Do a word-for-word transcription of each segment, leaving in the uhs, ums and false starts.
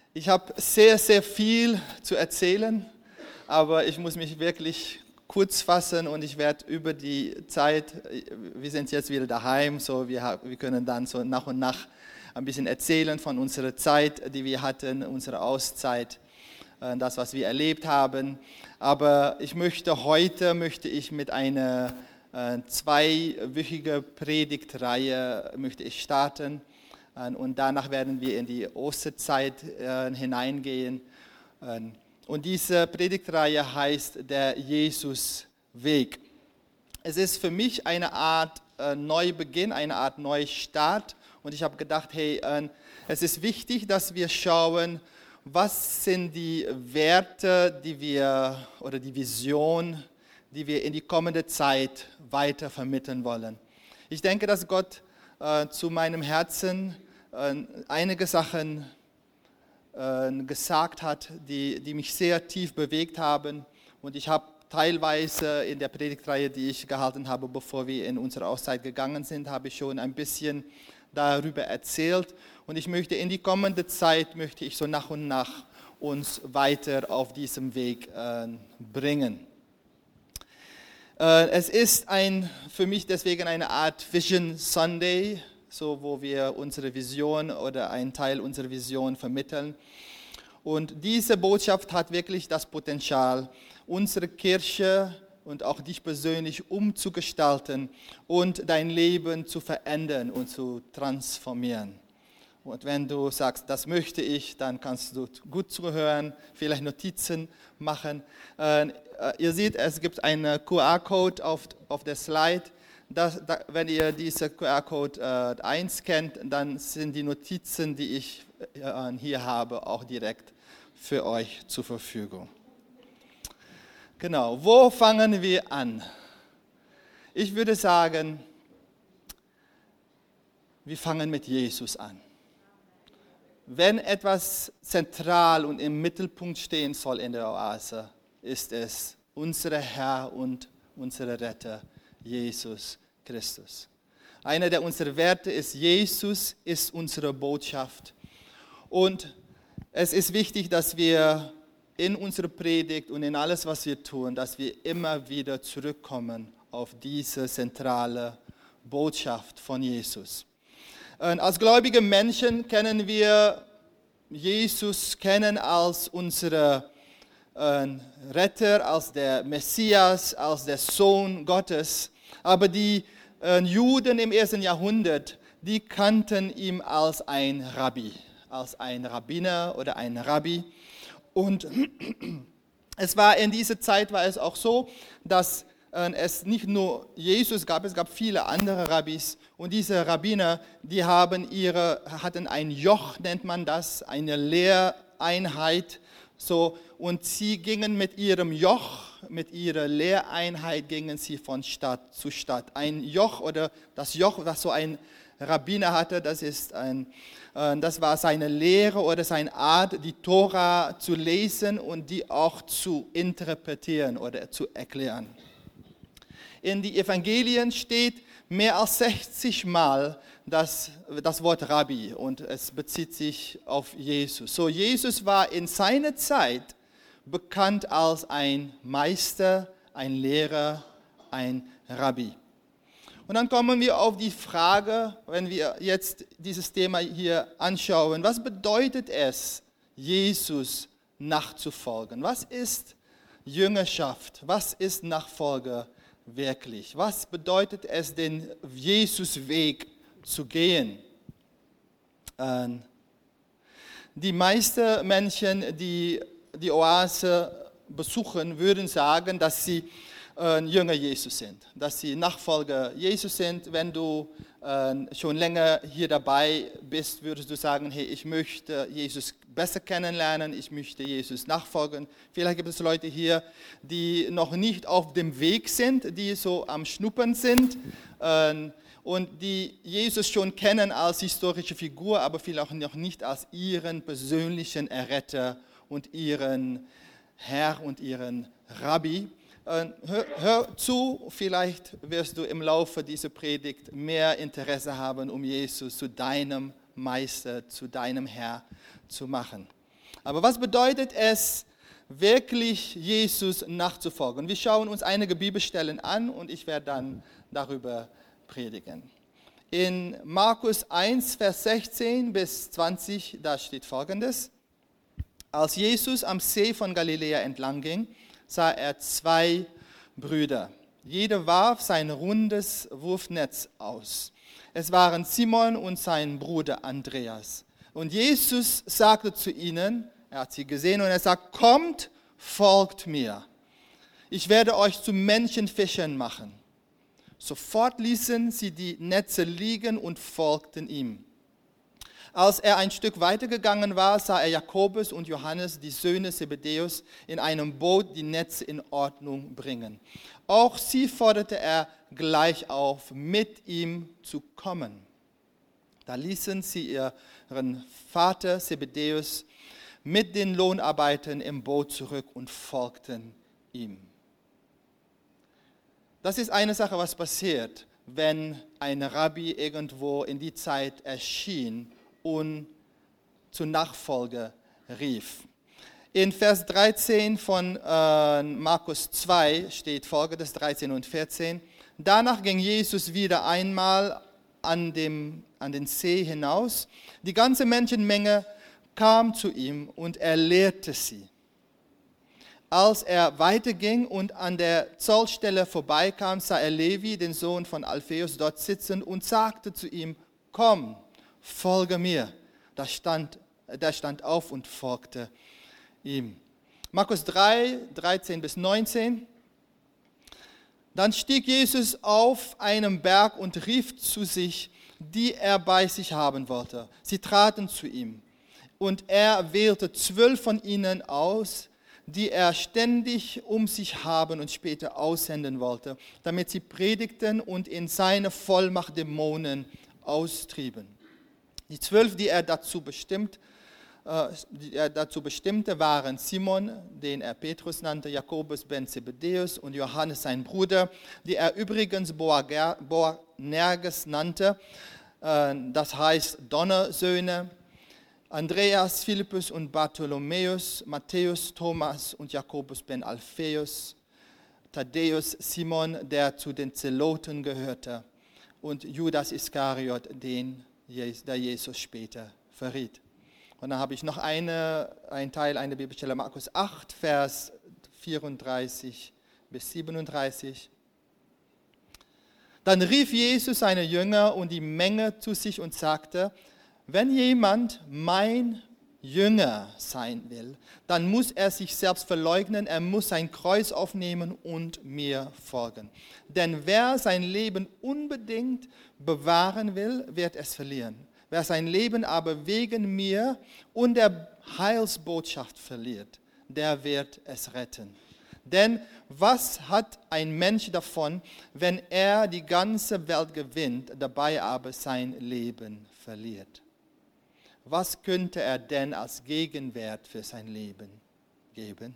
Ich habe sehr, sehr viel zu erzählen, aber ich muss mich wirklich kurz fassen und ich werde über die Zeit, wir sind jetzt wieder daheim, so wir, wir können dann so nach und nach ein bisschen erzählen von unserer Zeit, die wir hatten, unsere Auszeit, das, was wir erlebt haben. Aber ich möchte heute, möchte ich mit einer äh, zweiwöchigen Predigtreihe möchte ich starten. Und danach werden wir in die Osterzeit äh, hineingehen. Und diese Predigtreihe heißt der Jesusweg. Es ist für mich eine Art äh, Neubeginn, eine Art Neustart. Und ich habe gedacht, hey, äh, es ist wichtig, dass wir schauen, was sind die Werte, die wir oder die Vision, die wir in die kommende Zeit weiter vermitteln wollen. Ich denke, dass Gott äh, zu meinem Herzen äh, einige Sachen äh, gesagt hat, die, die mich sehr tief bewegt haben. Und ich habe teilweise in der Predigtreihe, die ich gehalten habe, bevor wir in unsere Auszeit gegangen sind, habe ich schon ein bisschen darüber erzählt. Und ich möchte in die kommende Zeit, möchte ich so nach und nach uns weiter auf diesem Weg äh, bringen. Äh, es ist ein, für mich deswegen eine Art Vision Sunday, so wo wir unsere Vision oder einen Teil unserer Vision vermitteln. Und diese Botschaft hat wirklich das Potenzial, unsere Kirche und auch dich persönlich umzugestalten und dein Leben zu verändern und zu transformieren. Und wenn du sagst, das möchte ich, dann kannst du gut zuhören, vielleicht Notizen machen. Äh, ihr seht, es gibt einen Q R-Code auf, auf der Slide. Das, da, wenn ihr diesen Q R-Code äh, einscannt, dann sind die Notizen, die ich äh, hier habe, auch direkt für euch zur Verfügung. Genau, wo fangen wir an? Ich würde sagen, wir fangen mit Jesus an. Wenn etwas zentral und im Mittelpunkt stehen soll in der Oase, ist es unser Herr und unser Retter, Jesus Christus. Einer der unserer Werte ist, Jesus ist unsere Botschaft. Und es ist wichtig, dass wir in unserer Predigt und in alles, was wir tun, dass wir immer wieder zurückkommen auf diese zentrale Botschaft von Jesus. Und als gläubige Menschen kennen wir Jesus kennen als unseren äh, Retter, als der Messias, als der Sohn Gottes. Aber die äh, Juden im ersten Jahrhundert, die kannten ihn als ein Rabbi, als ein Rabbiner oder ein Rabbi. Und es war in dieser Zeit war es auch so, dass äh, es nicht nur Jesus gab, es gab viele andere Rabbis. Und diese Rabbiner, die haben ihre, hatten ein Joch, nennt man das, eine Lehreinheit. So, und sie gingen mit ihrem Joch, mit ihrer Lehreinheit, gingen sie von Stadt zu Stadt. Ein Joch oder das Joch, was so ein Rabbiner hatte, das, ist ein, äh, das war seine Lehre oder seine Art, die Tora zu lesen und die auch zu interpretieren oder zu erklären. In den Evangelien steht mehr als sechzig Mal das, das Wort Rabbi und es bezieht sich auf Jesus. So, Jesus war in seiner Zeit bekannt als ein Meister, ein Lehrer, ein Rabbi. Und dann kommen wir auf die Frage, wenn wir jetzt dieses Thema hier anschauen, was bedeutet es, Jesus nachzufolgen? Was ist Jüngerschaft? Was ist Nachfolge wirklich? Was bedeutet es, den Jesusweg zu gehen? Ähm, die meisten Menschen, die die Oase besuchen, würden sagen, dass sie äh, Jünger Jesus sind, dass sie Nachfolger Jesus sind. Wenn du äh, schon länger hier dabei bist, würdest du sagen, hey, ich möchte Jesus besser kennenlernen, ich möchte Jesus nachfolgen. Vielleicht gibt es Leute hier, die noch nicht auf dem Weg sind, die so am Schnuppern sind äh, und die Jesus schon kennen als historische Figur, aber vielleicht auch noch nicht als ihren persönlichen Erretter und ihren Herr und ihren Rabbi. Hör, hör zu, vielleicht wirst du im Laufe dieser Predigt mehr Interesse haben, um Jesus zu deinem Meister, zu deinem Herr zu machen. Aber was bedeutet es, wirklich Jesus nachzufolgen? Wir schauen uns einige Bibelstellen an und ich werde dann darüber predigen. In Markus eins, Vers sechzehn bis zwanzig, da steht Folgendes. Als Jesus am See von Galiläa entlang ging, sah er zwei Brüder. Jeder warf sein rundes Wurfnetz aus. Es waren Simon und sein Bruder Andreas. Und Jesus sagte zu ihnen, er hat sie gesehen und er sagt, kommt, folgt mir. Ich werde euch zu Menschenfischern machen. Sofort ließen sie die Netze liegen und folgten ihm. Als er ein Stück weitergegangen war, sah er Jakobus und Johannes, die Söhne Zebedäus, in einem Boot die Netze in Ordnung bringen. Auch sie forderte er gleich auf, mit ihm zu kommen. Da ließen sie ihren Vater Zebedäus mit den Lohnarbeitern im Boot zurück und folgten ihm. Das ist eine Sache, was passiert, wenn ein Rabbi irgendwo in die Zeit erschien und zur Nachfolge rief. In Vers dreizehn von äh, Markus zwei steht Folgendes, dreizehn und vierzehn. Danach ging Jesus wieder einmal an, dem, an den See hinaus. Die ganze Menschenmenge kam zu ihm und er lehrte sie. Als er weiterging und an der Zollstelle vorbeikam, sah er Levi, den Sohn von Alphaeus, dort sitzen und sagte zu ihm, komm, folge mir. Da stand, der stand auf und folgte ihm. Markus drei, dreizehn bis neunzehn. Dann stieg Jesus auf einen Berg und rief zu sich, die er bei sich haben wollte. Sie traten zu ihm. Und er wählte zwölf von ihnen aus, die er ständig um sich haben und später aussenden wollte, damit sie predigten und in seine Vollmacht Dämonen austrieben. Die zwölf, die er dazu bestimmt, äh, die er dazu bestimmte, waren Simon, den er Petrus nannte, Jakobus ben Zebedäus und Johannes sein Bruder, die er übrigens Boanerges nannte, äh, das heißt Donnersöhne, Andreas, Philippus und Bartholomäus, Matthäus, Thomas und Jakobus ben Alphaeus, Thaddäus, Simon, der zu den Zeloten gehörte, und Judas Iskariot, den der Jesus später verriet. Und dann habe ich noch eine, einen Teil einer Bibelstelle, Markus acht, Vers vierunddreißig bis siebenunddreißig. Dann rief Jesus seine Jünger und die Menge zu sich und sagte, wenn jemand mein Jünger sein will, dann muss er sich selbst verleugnen, er muss sein Kreuz aufnehmen und mir folgen. Denn wer sein Leben unbedingt bewahren will, wird es verlieren. Wer sein Leben aber wegen mir und der Heilsbotschaft verliert, der wird es retten. Denn was hat ein Mensch davon, wenn er die ganze Welt gewinnt, dabei aber sein Leben verliert? Was könnte er denn als Gegenwert für sein Leben geben?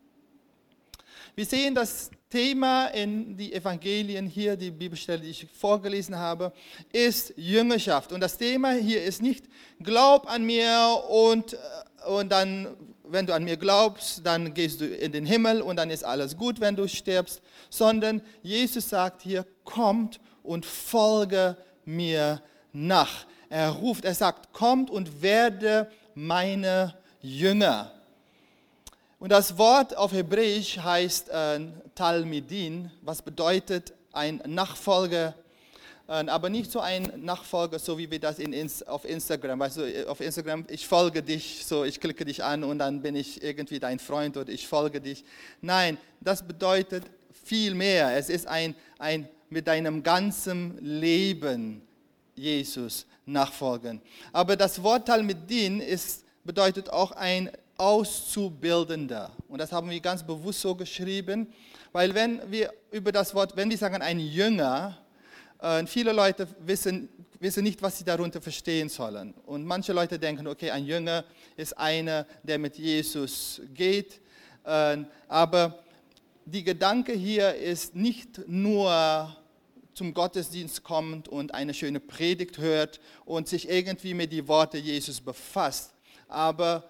Wir sehen das Thema in die Evangelien hier, die Bibelstelle, die ich vorgelesen habe, ist Jüngerschaft. Und das Thema hier ist nicht, glaub an mir und, und dann, wenn du an mir glaubst, dann gehst du in den Himmel und dann ist alles gut, wenn du stirbst, sondern Jesus sagt hier, kommt und folge mir nach. Er ruft, er sagt, kommt und werde meine Jünger. Und das Wort auf Hebräisch heißt äh, Talmidin, was bedeutet ein Nachfolger, äh, aber nicht so ein Nachfolger, so wie wir das in, auf Instagram, weißt du, auf Instagram, ich folge dich, so ich klicke dich an und dann bin ich irgendwie dein Freund oder ich folge dich. Nein, das bedeutet viel mehr. Es ist ein, ein mit deinem ganzen Leben Jesus nachfolgen. Aber das Wort Talmidin ist, bedeutet auch ein Auszubildender. Und das haben wir ganz bewusst so geschrieben, weil wenn wir über das Wort, wenn wir sagen ein Jünger, äh, viele Leute wissen, wissen nicht, was sie darunter verstehen sollen. Und manche Leute denken, okay, ein Jünger ist einer, der mit Jesus geht. Äh, aber die Gedanke hier ist nicht nur zum Gottesdienst kommt und eine schöne Predigt hört und sich irgendwie mit den Worten Jesus befasst. Aber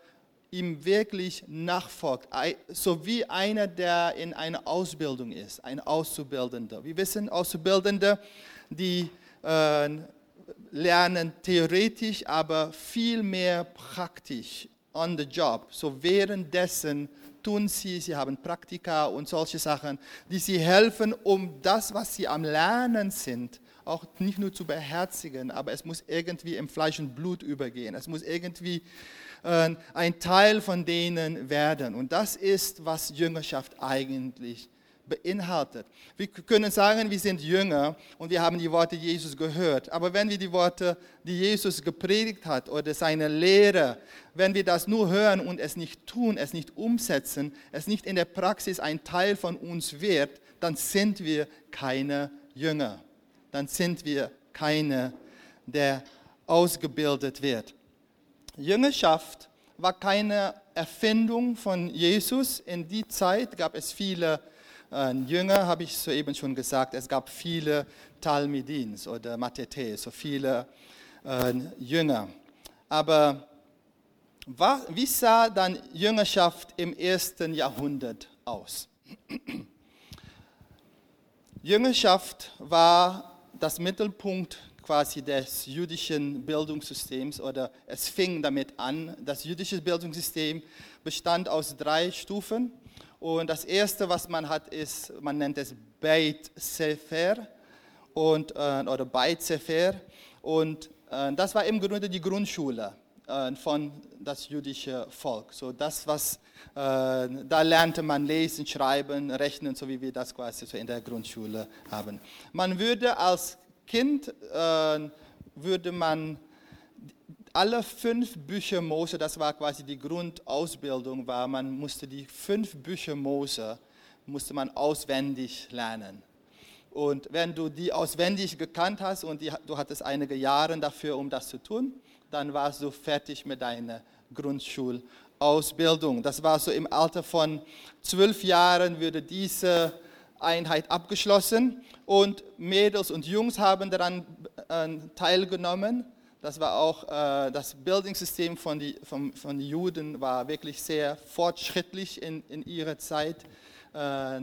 ihm wirklich nachfolgt, so wie einer, der in einer Ausbildung ist, ein Auszubildender. Wir wissen, Auszubildende, die äh, lernen theoretisch, aber viel mehr praktisch on the job. So währenddessen tun sie, sie haben Praktika und solche Sachen, die sie helfen, um das, was sie am Lernen sind, auch nicht nur zu beherzigen, aber es muss irgendwie im Fleisch und Blut übergehen. Es muss irgendwie äh, ein Teil von denen werden. Und das ist, was Jüngerschaft eigentlich beinhaltet. Wir können sagen, wir sind Jünger und wir haben die Worte Jesus gehört. Aber wenn wir die Worte, die Jesus gepredigt hat oder seine Lehre, wenn wir das nur hören und es nicht tun, es nicht umsetzen, es nicht in der Praxis ein Teil von uns wird, dann sind wir keine Jünger. Dann sind wir keine, der ausgebildet wird. Jüngerschaft war keine Erfindung von Jesus. In die Zeit gab es viele äh, Jünger, habe ich soeben schon gesagt. Es gab viele Talmidins oder Mathetes, so viele äh, Jünger. Aber was, wie sah dann Jüngerschaft im ersten Jahrhundert aus? Jüngerschaft war das Mittelpunkt quasi des jüdischen Bildungssystems, oder es fing damit an. Das jüdische Bildungssystem bestand aus drei Stufen und das erste, was man hat, ist, man nennt es Beit Sefer und, äh, oder Beit Sefer und äh, das war im Grunde die Grundschule äh, von das jüdische Volk. So das, was äh, da lernte man lesen, schreiben, rechnen, so wie wir das quasi so in der Grundschule haben. Man würde als Kind äh, würde man alle fünf Bücher Mose, das war quasi die Grundausbildung, war, man musste die fünf Bücher Mose, musste man auswendig lernen. Und wenn du die auswendig gekannt hast und die, du hattest einige Jahre dafür, um das zu tun, dann warst du fertig mit deiner Grundschulausbildung. Das war so im Alter von zwölf Jahren, würde diese Einheit abgeschlossen und Mädels und Jungs haben daran äh, teilgenommen. Das war auch äh, das Bildungssystem von den von, von Juden war wirklich sehr fortschrittlich in, in ihrer Zeit. Äh,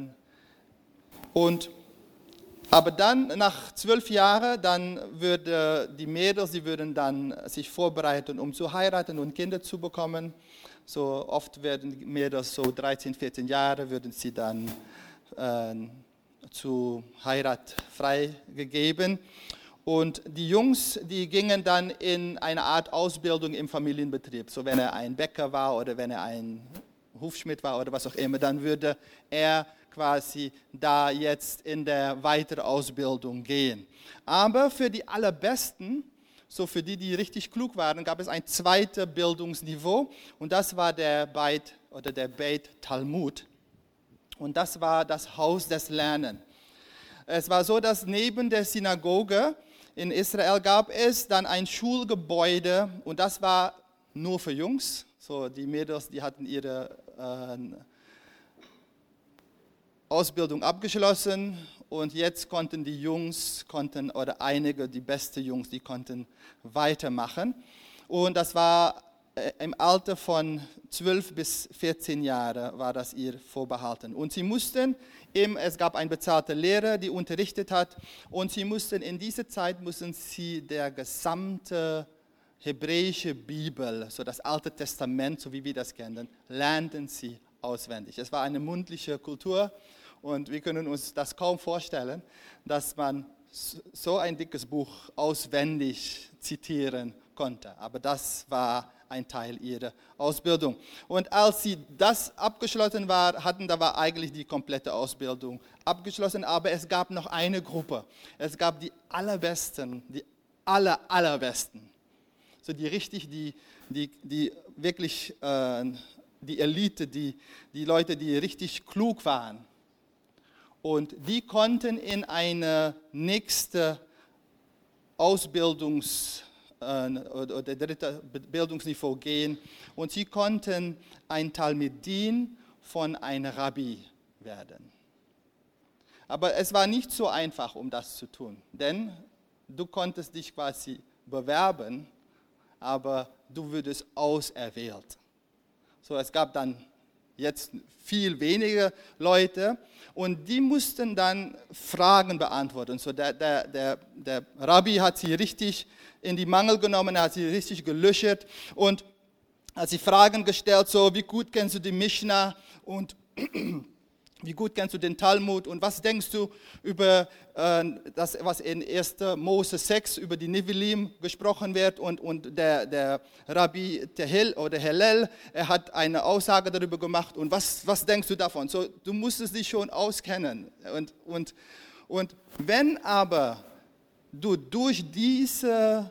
und aber dann nach zwölf Jahren, dann würde die Mädels, die würden dann sich vorbereiten, um zu heiraten und Kinder zu bekommen. So oft werden die Mädels so dreizehn, vierzehn Jahre, würden sie dann äh, zu Heirat freigegeben. Und die Jungs, die gingen dann in eine Art Ausbildung im Familienbetrieb. So wenn er ein Bäcker war oder wenn er ein Hufschmied war oder was auch immer, dann würde er quasi da jetzt in der Weiterausbildung gehen. Aber für die Allerbesten, so für die, die richtig klug waren, gab es ein zweites Bildungsniveau und das war der Beit oder der Beit Talmud. Und das war das Haus des Lernens. Es war so, dass neben der Synagoge in Israel gab es dann ein Schulgebäude und das war nur für Jungs. So die Mädels, die hatten ihre äh, Ausbildung abgeschlossen und jetzt konnten die Jungs, konnten, oder einige, die besten Jungs, die konnten weitermachen. Und das war äh, im Alter von zwölf bis vierzehn Jahren war das ihr vorbehalten. Und sie mussten, eben, es gab eine bezahlte Lehrer, die unterrichtet hat und sie mussten, in dieser Zeit mussten sie der gesamte hebräische Bibel, so das Alte Testament, so wie wir das kennen, lernten sie auswendig. Es war eine mündliche Kultur und wir können uns das kaum vorstellen, dass man so ein dickes Buch auswendig zitieren konnte. Aber das war ein Teil ihrer Ausbildung. Und als sie das abgeschlossen war, hatten, da war eigentlich die komplette Ausbildung abgeschlossen. Aber es gab noch eine Gruppe. Es gab die allerbesten, die aller, allerbesten. So die richtig, die, die, die wirklich, äh, die Elite, die, die Leute, die richtig klug waren. Und die konnten in eine nächste Ausbildungs- oder dritte Bildungsniveau gehen und sie konnten ein Talmidin von einem Rabbi werden. Aber es war nicht so einfach, um das zu tun, denn du konntest dich quasi bewerben, aber du würdest auserwählt. So, es gab dann jetzt viel weniger Leute und die mussten dann Fragen beantworten. So, der, der, der, der Rabbi hat sie richtig in die Mangel genommen, er hat sie richtig gelöchert und hat sie Fragen gestellt, so wie gut kennst du die Mishnah und wie gut kennst du den Talmud und was denkst du über äh, das, was in erster Mose sechs über die Nevilim gesprochen wird und, und der, der Rabbi Tehil oder Hillel, er hat eine Aussage darüber gemacht und was, was denkst du davon? So, du musstest dich schon auskennen und, und, und wenn aber du durch diese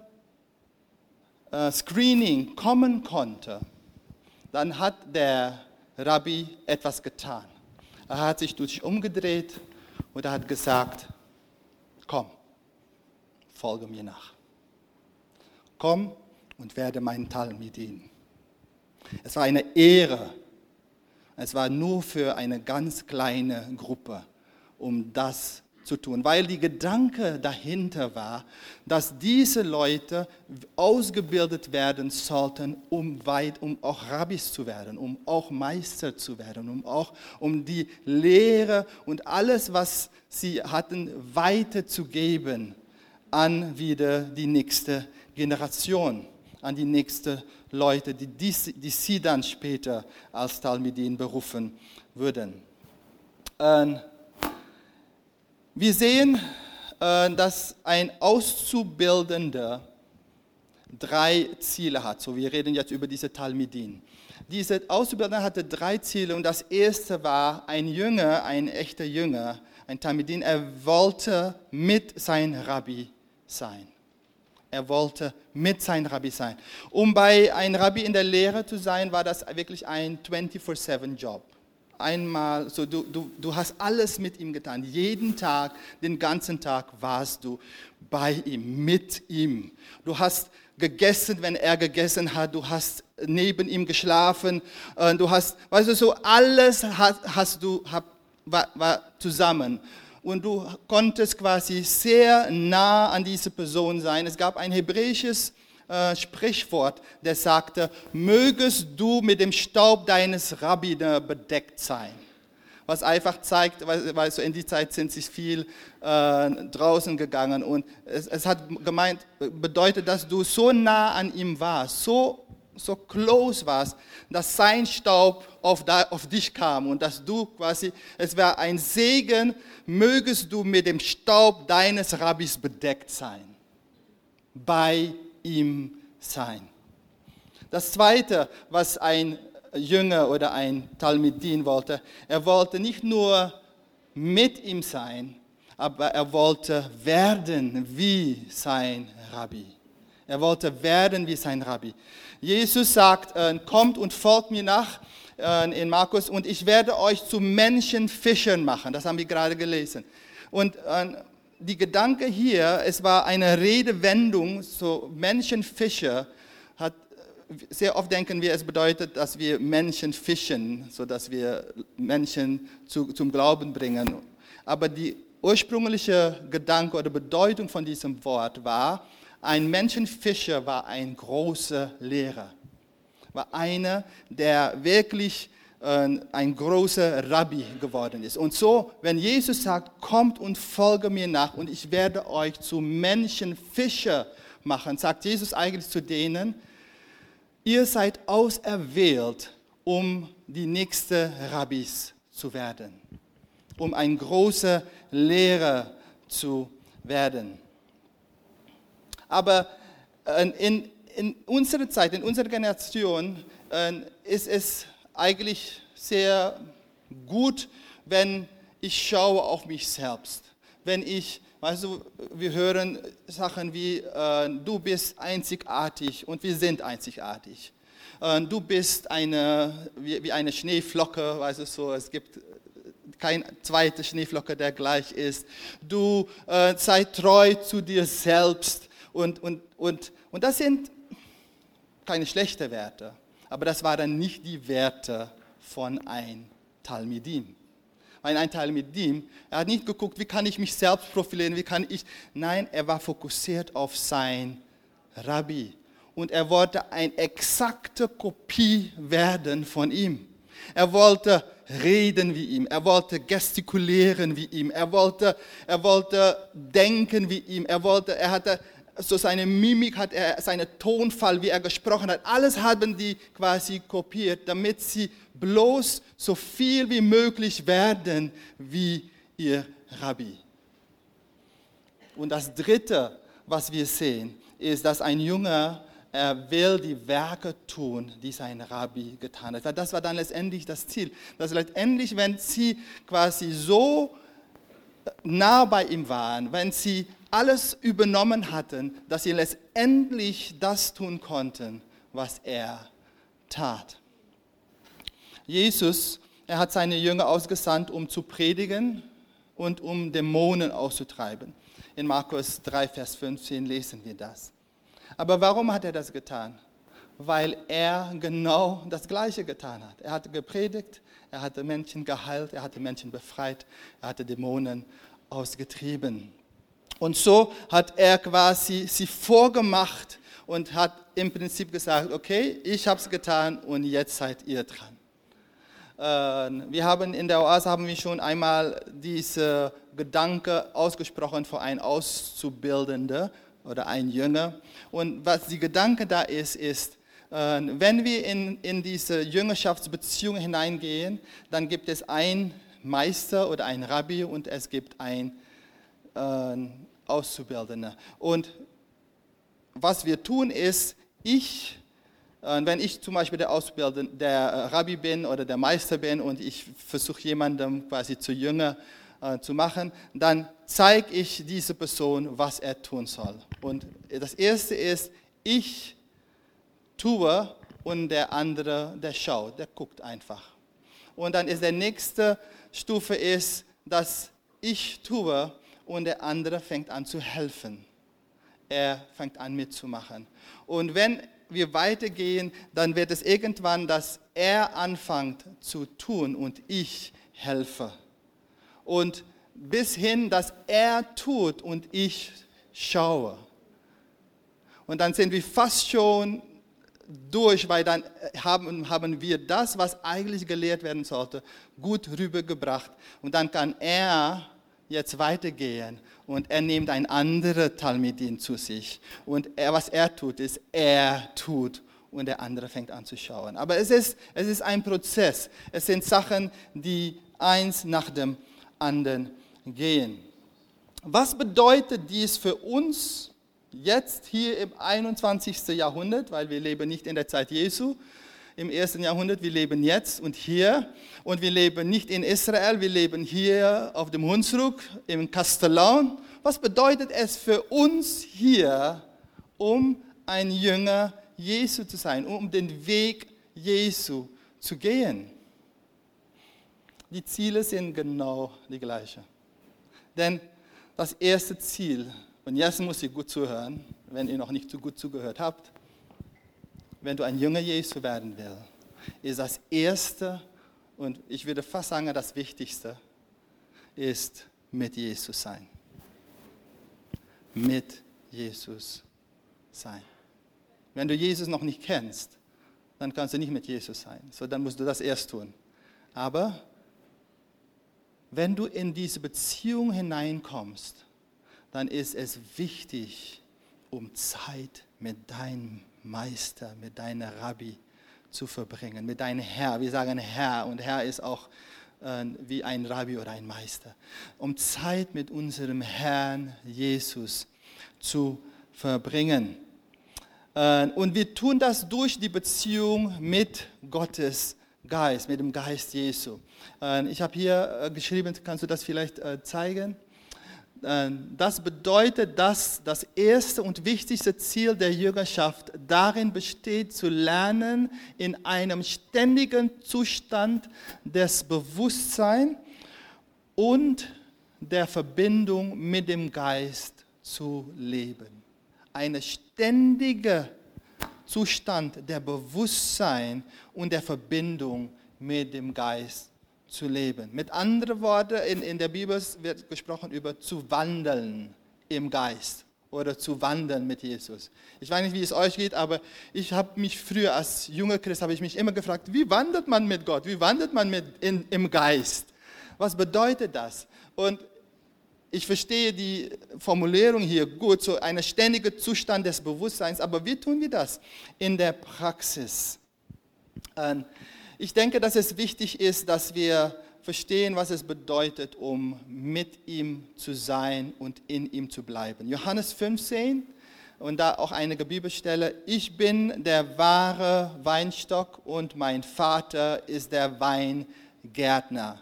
äh, Screening kommen konnte, dann hat der Rabbi etwas getan. Er hat sich durch dich umgedreht und er hat gesagt, komm, folge mir nach. Komm und werde mein Talmidin. Es war eine Ehre. Es war nur für eine ganz kleine Gruppe, um das zu tun. Weil die Gedanke dahinter war, dass diese Leute ausgebildet werden sollten, um weit, um auch Rabbis zu werden, um auch Meister zu werden, um auch um die Lehre und alles, was sie hatten, weiterzugeben an wieder die nächste Generation, an die nächsten Leute, die, die, die sie dann später als Talmidin berufen würden. Ähm, Wir sehen, dass ein Auszubildender drei Ziele hat. So, wir reden jetzt über diese Talmidin. Dieser Auszubildender hatte drei Ziele und das erste war ein Jünger, ein echter Jünger, ein Talmidin. Er wollte mit seinem Rabbi sein. Er wollte mit seinem Rabbi sein. Um bei einem Rabbi in der Lehre zu sein, war das wirklich ein vierundzwanzig sieben Job. Einmal, so du, du, du hast alles mit ihm getan. Jeden Tag, den ganzen Tag warst du bei ihm, mit ihm. Du hast gegessen, wenn er gegessen hat. Du hast neben ihm geschlafen. Du hast, weißt du, so alles hast, hast du, hab, war, war zusammen. Und du konntest quasi sehr nah an diese Person sein. Es gab ein hebräisches Äh, Sprichwort, der sagte, mögest du mit dem Staub deines Rabbi bedeckt sein. Was einfach zeigt, weil, weil so in die Zeit sind sie viel äh, draußen gegangen und es, es hat gemeint, bedeutet, dass du so nah an ihm warst, so, so close warst, dass sein Staub auf, da, auf dich kam und dass du quasi, es war ein Segen, mögest du mit dem Staub deines Rabbis bedeckt sein. Bei ihm sein. Das Zweite, was ein Jünger oder ein Talmidin wollte, er wollte nicht nur mit ihm sein, aber er wollte werden wie sein Rabbi. Er wollte werden wie sein Rabbi. Jesus sagt, kommt und folgt mir nach in Markus und ich werde euch zu Menschenfischern machen. Das haben wir gerade gelesen. Und die Gedanke hier, es war eine Redewendung, so Menschenfischer, hat, sehr oft denken wir, es bedeutet, dass wir Menschen fischen, sodass wir Menschen zu, zum Glauben bringen. Aber die ursprüngliche Gedanke oder Bedeutung von diesem Wort war, ein Menschenfischer war ein großer Lehrer, war einer, der wirklich ein großer Rabbi geworden ist. Und so, wenn Jesus sagt, kommt und folge mir nach und ich werde euch zu Menschenfischer machen, sagt Jesus eigentlich zu denen, ihr seid auserwählt, um die nächsten Rabbis zu werden, um ein großer Lehrer zu werden. Aber in, in unserer Zeit, in unserer Generation ist es eigentlich sehr gut, wenn ich schaue auf mich selbst. Wenn ich, weißt du, wir hören Sachen wie, äh, du bist einzigartig und wir sind einzigartig. Äh, du bist eine, wie, wie eine Schneeflocke, weißt du, so, es gibt kein zweiter Schneeflocke, der gleich ist. Du äh, sei treu zu dir selbst und, und, und, und das sind keine schlechten Werte. Aber das waren nicht die Werte von einem Talmidim. Weil ein Talmidim, er hat nicht geguckt, wie kann ich mich selbst profilieren, wie kann ich, nein, er war fokussiert auf sein Rabbi. und er wollte eine exakte Kopie werden von ihm. Er wollte reden wie ihm, er wollte gestikulieren wie ihm, er wollte, er wollte denken wie ihm, er wollte, er hatte so seine Mimik, hat er, seinen Tonfall, wie er gesprochen hat, alles haben die quasi kopiert, damit sie bloß so viel wie möglich werden wie ihr Rabbi. Und das Dritte, was wir sehen, ist, dass ein Junge, er will die Werke tun, die sein Rabbi getan hat. Das war dann letztendlich das Ziel. Dass letztendlich, wenn sie quasi so nah bei ihm waren, wenn sie alles übernommen hatten, dass sie letztendlich das tun konnten, was er tat. Jesus, er hat seine Jünger ausgesandt, um zu predigen und um Dämonen auszutreiben. In Markus drei, Vers fünfzehn lesen wir das. Aber warum hat er das getan? Weil er genau das Gleiche getan hat. Er hatte gepredigt, er hatte Menschen geheilt, er hatte Menschen befreit, er hatte Dämonen ausgetrieben. Und so hat er quasi sie vorgemacht und hat im Prinzip gesagt, okay, ich habe es getan und jetzt seid ihr dran. Wir haben in der Oase haben wir schon einmal diese Gedanke ausgesprochen für einen Auszubildenden oder einen Jünger. Und was die Gedanke da ist, ist, wenn wir in, in diese Jüngerschaftsbeziehung hineingehen, dann gibt es einen Meister oder einen Rabbi und es gibt einen äh, Auszubildenden. Und was wir tun ist, ich wenn ich zum Beispiel der Ausbilder, der Rabbi bin oder der Meister bin und ich versuche jemandem quasi zu Jünger äh, zu machen, dann zeige ich diese Person, was er tun soll. Und das Erste ist, ich tue und der andere, der schaut, der guckt einfach. Und dann ist der nächste Stufe ist, dass ich tue und der andere fängt an zu helfen. Er fängt an mitzumachen. Und wenn wir weitergehen, dann wird es irgendwann, dass er anfängt zu tun und ich helfe. Und bis hin, dass er tut und ich schaue. Und dann sind wir fast schon durch, weil dann haben, haben wir das, was eigentlich gelehrt werden sollte, gut rübergebracht. Und dann kann er jetzt weitergehen und er nimmt ein anderer Talmidin zu sich. Und er, was er tut, ist, er tut und der andere fängt an zu schauen. Aber es ist, es ist ein Prozess. Es sind Sachen, die eins nach dem anderen gehen. Was bedeutet dies für uns jetzt hier im einundzwanzigsten Jahrhundert, weil wir leben nicht in der Zeit Jesu, im ersten Jahrhundert, wir leben jetzt und hier und wir leben nicht in Israel, wir leben hier auf dem Hunsrück, im Kastellan. Was bedeutet es für uns hier, um ein Jünger Jesu zu sein, um den Weg Jesu zu gehen? Die Ziele sind genau die gleichen. Denn das erste Ziel, und jetzt muss ich gut zuhören, wenn ihr noch nicht so gut zugehört habt, wenn du ein Jünger Jesu werden willst, ist das Erste und ich würde fast sagen, das Wichtigste ist mit Jesus sein. Mit Jesus sein. Wenn du Jesus noch nicht kennst, dann kannst du nicht mit Jesus sein. So, dann musst du das erst tun. Aber wenn du in diese Beziehung hineinkommst, dann ist es wichtig, um Zeit mit deinem Meister, mit deinem Rabbi zu verbringen, mit deinem Herr. Wir sagen Herr und Herr ist auch äh, wie ein Rabbi oder ein Meister. Um Zeit mit unserem Herrn Jesus zu verbringen. Äh, und wir tun das durch die Beziehung mit Gottes Geist, mit dem Geist Jesu. Äh, ich habe hier äh, geschrieben, kannst du das vielleicht äh, zeigen? Das bedeutet, dass das erste und wichtigste Ziel der Jüngerschaft darin besteht, zu lernen, in einem ständigen Zustand des Bewusstseins und der Verbindung mit dem Geist zu leben. Ein ständiger Zustand der Bewusstsein und der Verbindung mit dem Geist zu leben. Mit anderen Worten, in, in der Bibel wird gesprochen über zu wandeln im Geist oder zu wandern mit Jesus. Ich weiß nicht, wie es euch geht, aber ich habe mich früher als junger Christ, habe ich mich immer gefragt, wie wandert man mit Gott? Wie wandert man mit in, im Geist? Was bedeutet das? Und ich verstehe die Formulierung hier gut, so ein ständiger Zustand des Bewusstseins, aber wie tun wir das in der Praxis? Ich denke, dass es wichtig ist, dass wir verstehen, was es bedeutet, um mit ihm zu sein und in ihm zu bleiben. Johannes fünfzehn, und da auch einige Bibelstelle, ich bin der wahre Weinstock und mein Vater ist der Weingärtner.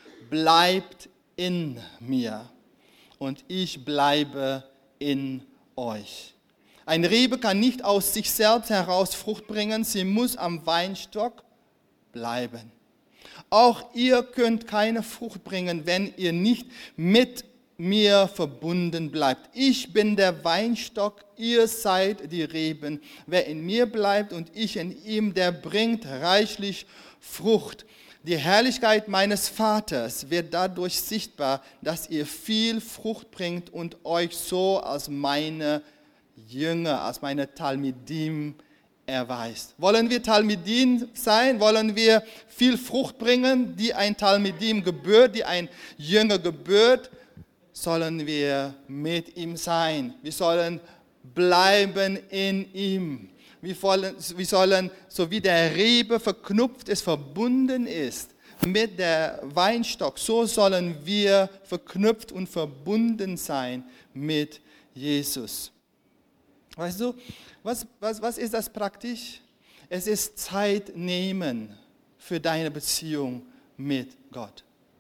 Bleibt in mir und ich bleibe in euch. Ein Rebe kann nicht aus sich selbst heraus Frucht bringen, sie muss am Weinstock bleiben. Auch ihr könnt keine Frucht bringen, wenn ihr nicht mit mir verbunden bleibt. Ich bin der Weinstock, ihr seid die Reben. Wer in mir bleibt und ich in ihm, der bringt reichlich Frucht. Die Herrlichkeit meines Vaters wird dadurch sichtbar, dass ihr viel Frucht bringt und euch so als meine Jünger, als meine Talmidim erweist. Wollen wir Talmidim sein? Wollen wir viel Frucht bringen, die ein Talmidim gebührt, die ein Jünger gebührt? Sollen wir mit ihm sein. Wir sollen bleiben in ihm. Wir, wollen, wir sollen, so wie der Rebe verknüpft ist, verbunden ist mit der Weinstock, so sollen wir verknüpft und verbunden sein mit Jesus. Weißt du, was, was, was ist das praktisch? Es ist Zeit nehmen für deine Beziehung mit Gott.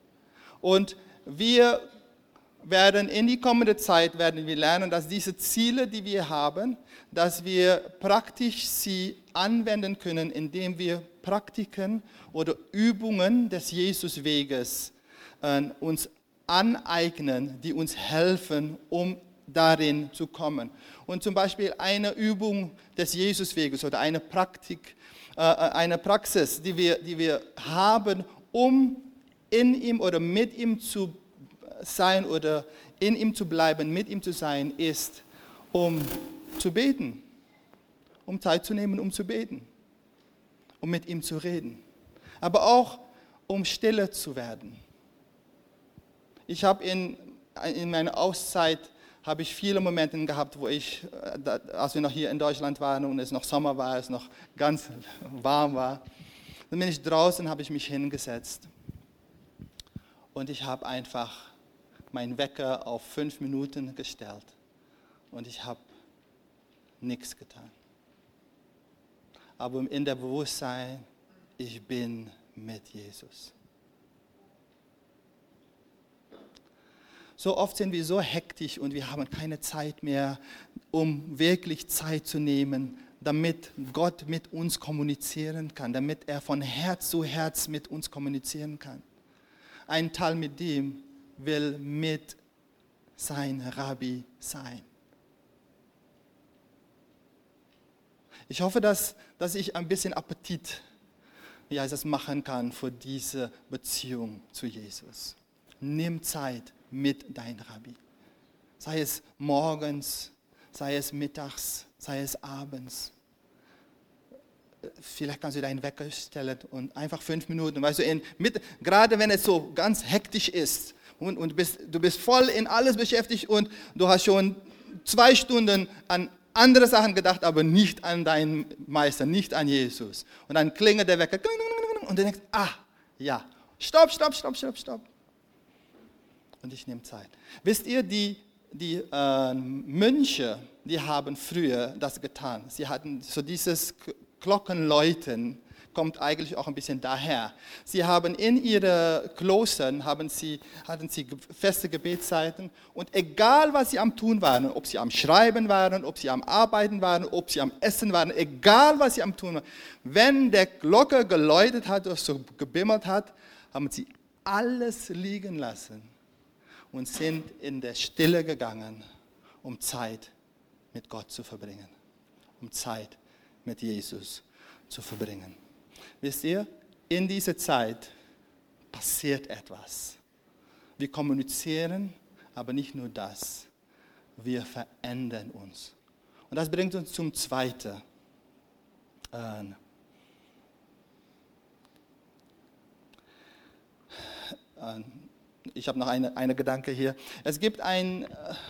Und wir werden in die kommende Zeit werden wir lernen, dass diese Ziele, die wir haben, dass wir praktisch sie anwenden können, indem wir Praktiken oder Übungen des Jesusweges äh, uns aneignen, die uns helfen, um darin zu kommen. Und zum Beispiel eine Übung des Jesusweges oder eine Praktik, äh, eine Praxis, die wir, die wir haben, um in ihm oder mit ihm zu sein oder in ihm zu bleiben, mit ihm zu sein, ist, um zu beten, um Zeit zu nehmen, um zu beten, um mit ihm zu reden, aber auch um stille zu werden. Ich habe in, in meiner Auszeit habe ich viele Momente gehabt, wo ich, als wir noch hier in Deutschland waren und es noch Sommer war, es noch ganz warm war, dann bin ich draußen, habe ich mich hingesetzt und ich habe einfach meinen Wecker auf fünf Minuten gestellt und ich habe nichts getan. Aber in der Bewusstsein, ich bin mit Jesus. So oft sind wir so hektisch und wir haben keine Zeit mehr, um wirklich Zeit zu nehmen, damit Gott mit uns kommunizieren kann, damit er von Herz zu Herz mit uns kommunizieren kann. Ein Talmidim will mit sein Rabbi sein. Ich hoffe, dass, dass ich ein bisschen Appetit, wie heißt das, machen kann für diese Beziehung zu Jesus. Nimm Zeit mit deinem Rabbi. Sei es morgens, sei es mittags, sei es abends. Vielleicht kannst du deinen Wecker stellen und einfach fünf Minuten, weißt du, in, mit, gerade wenn es so ganz hektisch ist und, und du, bist, du bist voll in alles beschäftigt und du hast schon zwei Stunden an andere Sachen gedacht, aber nicht an deinen Meister, nicht an Jesus. Und dann klingelt der Wecker und du denkst, ah, ja, stopp, stopp, stopp, stopp, stopp. Und ich nehme Zeit. Wisst ihr, die, die äh, Mönche, die haben früher das getan. Sie hatten so dieses Glockenläuten, kommt eigentlich auch ein bisschen daher. Sie haben in ihren Klostern, haben sie, hatten sie feste Gebetszeiten und egal was sie am Tun waren, ob sie am Schreiben waren, ob sie am Arbeiten waren, ob sie am Essen waren, egal was sie am Tun waren, wenn der Glocke geläutet hat oder so gebimmelt hat, haben sie alles liegen lassen und sind in der Stille gegangen, um Zeit mit Gott zu verbringen, um Zeit mit Jesus zu verbringen. Wisst ihr, in dieser Zeit passiert etwas. Wir kommunizieren, aber nicht nur das. wir verändern uns. Und das bringt uns zum Zweiten. Ich habe noch eine, eine Gedanke hier. Es gibt einen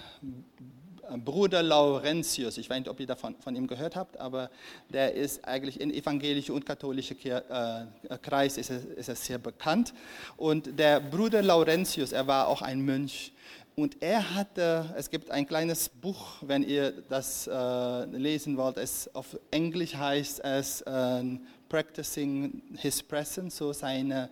Bruder Laurentius, ich weiß nicht, ob ihr davon von ihm gehört habt, aber der ist eigentlich in evangelische und katholische Kir- äh, Kreis ist er, ist er sehr bekannt. Und der Bruder Laurentius, er war auch ein Mönch. Und er hatte, es gibt ein kleines Buch, wenn ihr das äh, lesen wollt, es auf Englisch heißt es äh, Practicing His Presence, so seine,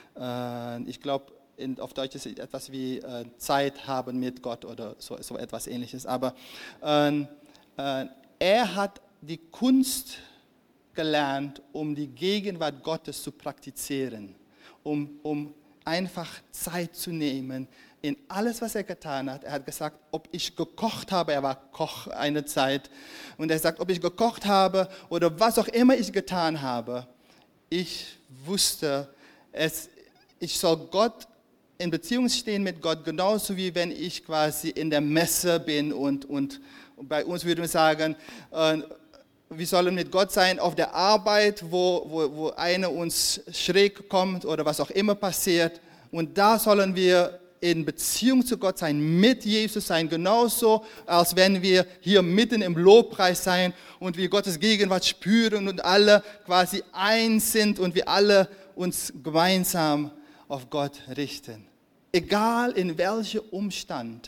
äh, ich glaube, auf Deutsch ist es etwas wie äh, Zeit haben mit Gott oder so, so etwas Ähnliches. Aber äh, äh, er hat die Kunst gelernt, um die Gegenwart Gottes zu praktizieren, um, um einfach Zeit zu nehmen in alles, was er getan hat. Er hat gesagt, ob ich gekocht habe, er war Koch eine Zeit, und er sagt, ob ich gekocht habe oder was auch immer ich getan habe, ich wusste, es, ich soll Gott in Beziehung stehen mit Gott, genauso wie wenn ich quasi in der Messe bin und, und, und bei uns würden wir sagen, äh, wir sollen mit Gott sein auf der Arbeit, wo, wo, wo einer uns schräg kommt oder was auch immer passiert, und da sollen wir in Beziehung zu Gott sein, mit Jesus sein, genauso als wenn wir hier mitten im Lobpreis sein und wir Gottes Gegenwart spüren und alle quasi eins sind und wir alle uns gemeinsam auf Gott richten. Egal in welchem Umstand,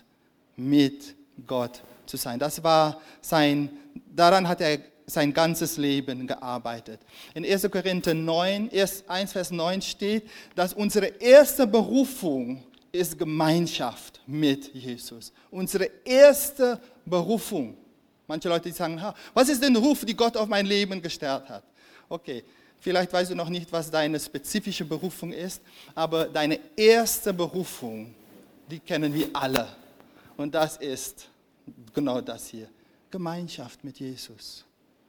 mit Gott zu sein. Das war sein, daran hat er sein ganzes Leben gearbeitet. In erster Korinther neun, eins Vers neun steht, dass unsere erste Berufung ist Gemeinschaft mit Jesus. Unsere erste Berufung. Manche Leute sagen, was ist denn der Ruf, die Gott auf mein Leben gestellt hat? Okay. Vielleicht weißt du noch nicht, was deine spezifische Berufung ist, aber deine erste Berufung, die kennen wir alle. Und das ist genau das hier, Gemeinschaft mit Jesus.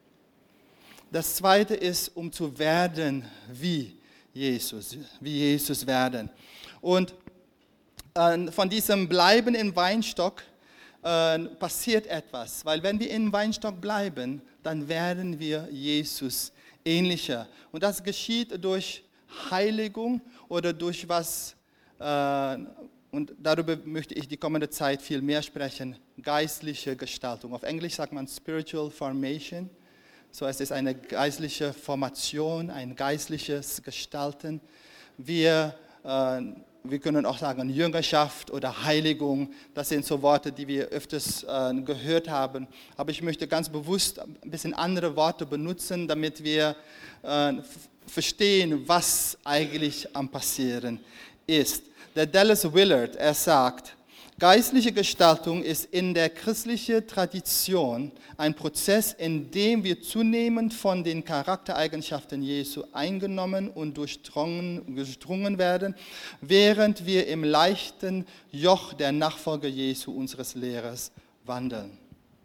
Das Zweite ist, um zu werden wie Jesus, wie Jesus werden. Und äh, von diesem Bleiben im Weinstock äh, passiert etwas, weil wenn wir im Weinstock bleiben, dann werden wir Jesus ähnlicher. Und das geschieht durch Heiligung oder durch was, äh, und darüber möchte ich die kommende Zeit viel mehr sprechen, geistliche Gestaltung. Auf Englisch sagt man Spiritual Formation. So, es ist eine geistliche Formation, ein geistliches Gestalten. Wir, äh, wir können auch sagen Jüngerschaft oder Heiligung. Das sind so Worte, die wir öfters äh, gehört haben. Aber ich möchte ganz bewusst ein bisschen andere Worte benutzen, damit wir äh, verstehen, was eigentlich am Passieren ist. Der Dallas Willard, er sagt, geistliche Gestaltung ist in der christlichen Tradition ein Prozess, in dem wir zunehmend von den Charaktereigenschaften Jesu eingenommen und durchdrungen, durchdrungen werden, während wir im leichten Joch der Nachfolger Jesu, unseres Lehrers, wandeln.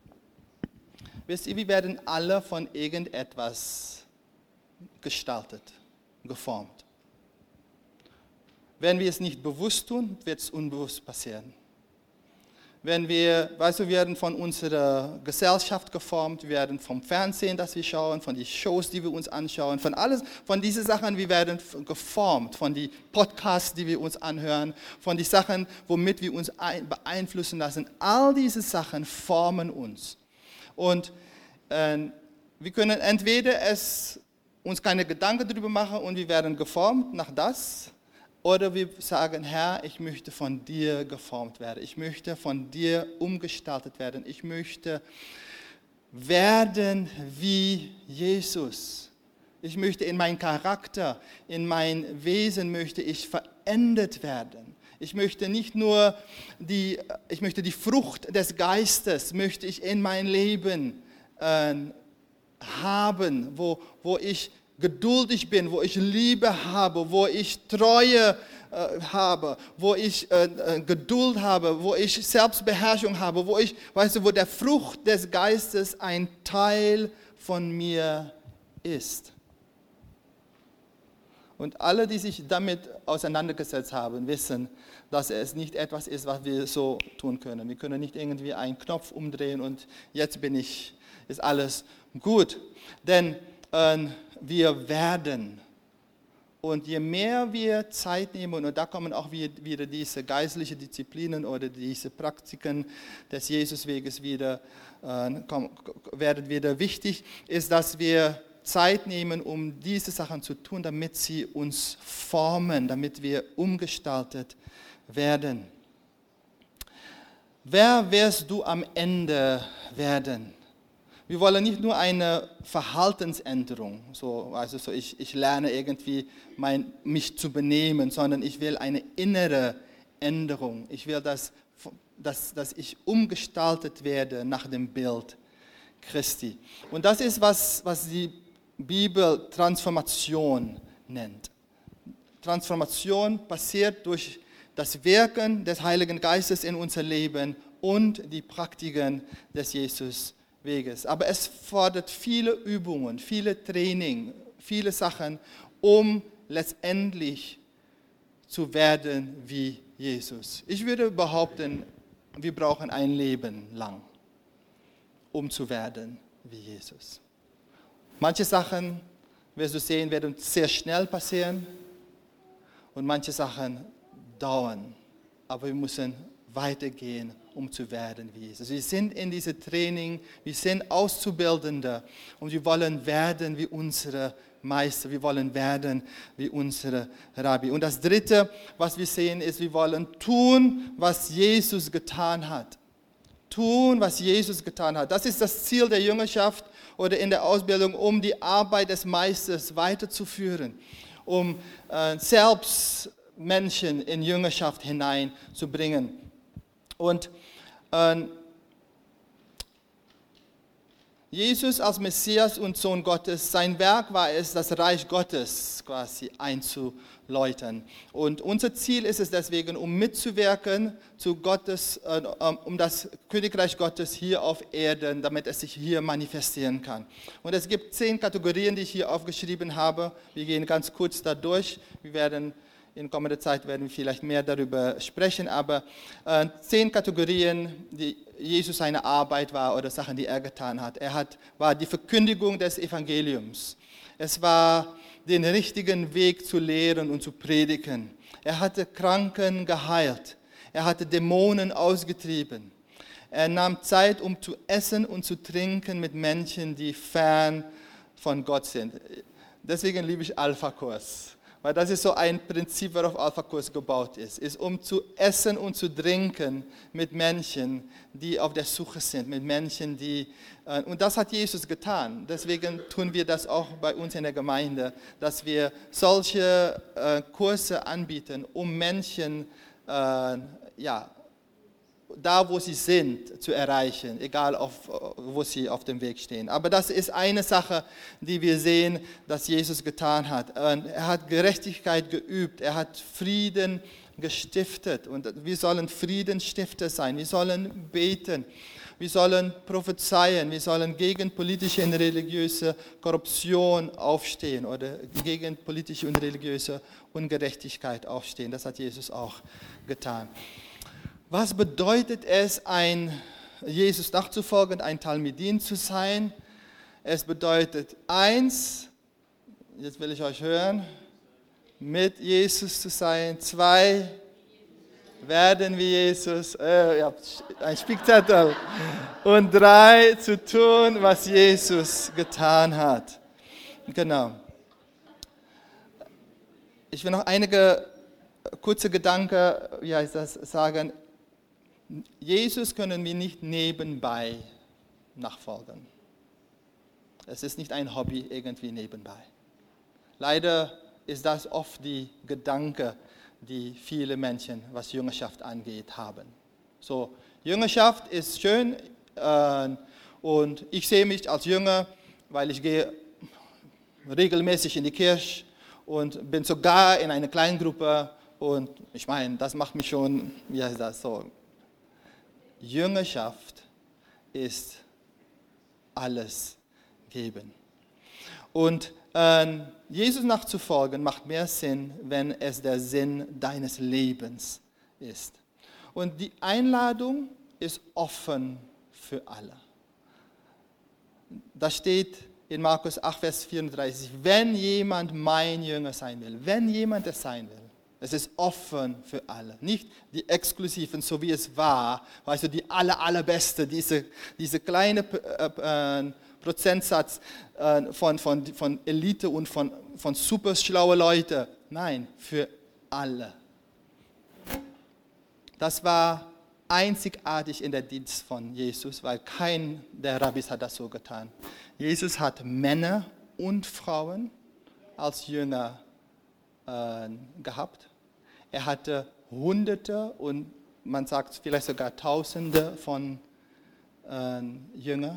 Wisst ihr, wir werden alle von irgendetwas gestaltet, geformt. Wenn wir es nicht bewusst tun, wird es unbewusst passieren. Wenn wir, weißt du, wir werden von unserer Gesellschaft geformt, wir werden vom Fernsehen, das wir schauen, von den Shows, die wir uns anschauen, von alles, von diesen Sachen, wir werden geformt, von den Podcasts, die wir uns anhören, von den Sachen, womit wir uns beeinflussen lassen. All diese Sachen formen uns. Und äh, wir können entweder es, uns keine Gedanken darüber machen und wir werden geformt nach das, oder wir sagen, Herr, ich möchte von dir geformt werden. Ich möchte von dir umgestaltet werden. Ich möchte werden wie Jesus. Ich möchte in meinen Charakter, in mein Wesen möchte ich verändert werden. Ich möchte nicht nur die, ich möchte die Frucht des Geistes, möchte ich in mein Leben äh, haben, wo, wo ich geduldig bin, wo ich Liebe habe, wo ich Treue äh, habe, wo ich äh, äh, Geduld habe, wo ich Selbstbeherrschung habe, wo ich, weißt du, wo der Frucht des Geistes ein Teil von mir ist. Und alle, die sich damit auseinandergesetzt haben, wissen, dass es nicht etwas ist, was wir so tun können. Wir können nicht irgendwie einen Knopf umdrehen und jetzt bin ich, ist alles gut. Denn äh, wir werden. Und je mehr wir Zeit nehmen, und da kommen auch wieder diese geistlichen Disziplinen oder diese Praktiken des Jesusweges wieder, äh, werden wieder wichtig, ist, dass wir Zeit nehmen, um diese Sachen zu tun, damit sie uns formen, damit wir umgestaltet werden. Wer wirst du am Ende werden? Wir wollen nicht nur eine Verhaltensänderung, so, also so ich, ich lerne irgendwie mein, mich zu benehmen, sondern ich will eine innere Änderung. Ich will, dass, dass, dass ich umgestaltet werde nach dem Bild Christi. Und das ist, was, was die Bibel Transformation nennt. Transformation passiert durch das Wirken des Heiligen Geistes in unser Leben und die Praktiken des Jesus Weges. Aber es fordert viele Übungen, viele Training, viele Sachen, um letztendlich zu werden wie Jesus. Ich würde behaupten, wir brauchen ein Leben lang, um zu werden wie Jesus. Manche Sachen, wirst du sehen, werden sehr schnell passieren und manche Sachen dauern. Aber wir müssen weitergehen, um zu werden wie Jesus. Wir sind in diesem Training, wir sind Auszubildende und wir wollen werden wie unsere Meister, wir wollen werden wie unsere Rabbi. Und das Dritte, was wir sehen, ist, wir wollen tun, was Jesus getan hat. Tun, was Jesus getan hat. Das ist das Ziel der Jüngerschaft oder in der Ausbildung, um die Arbeit des Meisters weiterzuführen, um äh, selbst Menschen in Jüngerschaft hineinzubringen. Und äh, Jesus als Messias und Sohn Gottes, sein Werk war es, das Reich Gottes quasi einzuläutern. Und unser Ziel ist es deswegen, um mitzuwirken zu Gottes, äh, um das Königreich Gottes hier auf Erden, damit es sich hier manifestieren kann. Und es gibt zehn Kategorien, die ich hier aufgeschrieben habe. Wir gehen ganz kurz da durch. Wir werden in kommender Zeit werden wir vielleicht mehr darüber sprechen, aber äh, zehn Kategorien, die Jesus seine Arbeit war oder Sachen, die er getan hat. Er hat, war die Verkündigung des Evangeliums. Es war den richtigen Weg zu lehren und zu predigen. Er hatte Kranken geheilt. Er hatte Dämonen ausgetrieben. Er nahm Zeit, um zu essen und zu trinken mit Menschen, die fern von Gott sind. Deswegen liebe ich Alpha-Kurs. Weil das ist so ein Prinzip, worauf Alpha-Kurs gebaut ist, ist um zu essen und zu trinken mit Menschen, die auf der Suche sind, mit Menschen, die, äh, und das hat Jesus getan. Deswegen tun wir das auch bei uns in der Gemeinde, dass wir solche äh, Kurse anbieten, um Menschen, äh, ja, da wo sie sind, zu erreichen, egal auf, wo sie auf dem Weg stehen. Aber das ist eine Sache, die wir sehen, dass Jesus getan hat. Er hat Gerechtigkeit geübt, er hat Frieden gestiftet und wir sollen Friedensstifter sein, wir sollen beten, wir sollen prophezeien, wir sollen gegen politische und religiöse Korruption aufstehen oder gegen politische und religiöse Ungerechtigkeit aufstehen. Das hat Jesus auch getan. Was bedeutet es, ein Jesus nachzufolgen, ein Talmidin zu sein? Es bedeutet eins, jetzt will ich euch hören, mit Jesus zu sein. Zwei, werden wie Jesus. Äh, ihr habt einen Spickzettel. Und drei, zu tun, was Jesus getan hat. Genau. Ich will noch einige kurze Gedanken, wie heißt das, sagen. Jesus können wir nicht nebenbei nachfolgen. Es ist nicht ein Hobby irgendwie nebenbei. Leider ist das oft die Gedanke, die viele Menschen, was Jüngerschaft angeht, haben. So, Jüngerschaft ist schön äh, und ich sehe mich als Jünger, weil ich gehe regelmäßig in die Kirche und bin sogar in einer kleinen Gruppe und ich meine, das macht mich schon, wie heißt das so, Jüngerschaft ist alles geben. Und äh, Jesus nachzufolgen macht mehr Sinn, wenn es der Sinn deines Lebens ist. Und die Einladung ist offen für alle. Da steht in Markus acht, Vers vierunddreißig, wenn jemand mein Jünger sein will, wenn jemand es sein will, es ist offen für alle. Nicht die Exklusiven, so wie es war, weißt du, die aller, allerbeste, diese, diese kleine äh, äh, Prozentsatz äh, von, von, von Elite und von, von super schlauen Leuten. Nein, für alle. Das war einzigartig in der Dienst von Jesus, weil kein der Rabbis hat das so getan. Jesus hat Männer und Frauen als Jünger äh, gehabt. Er hatte Hunderte und man sagt vielleicht sogar Tausende von äh, Jüngern.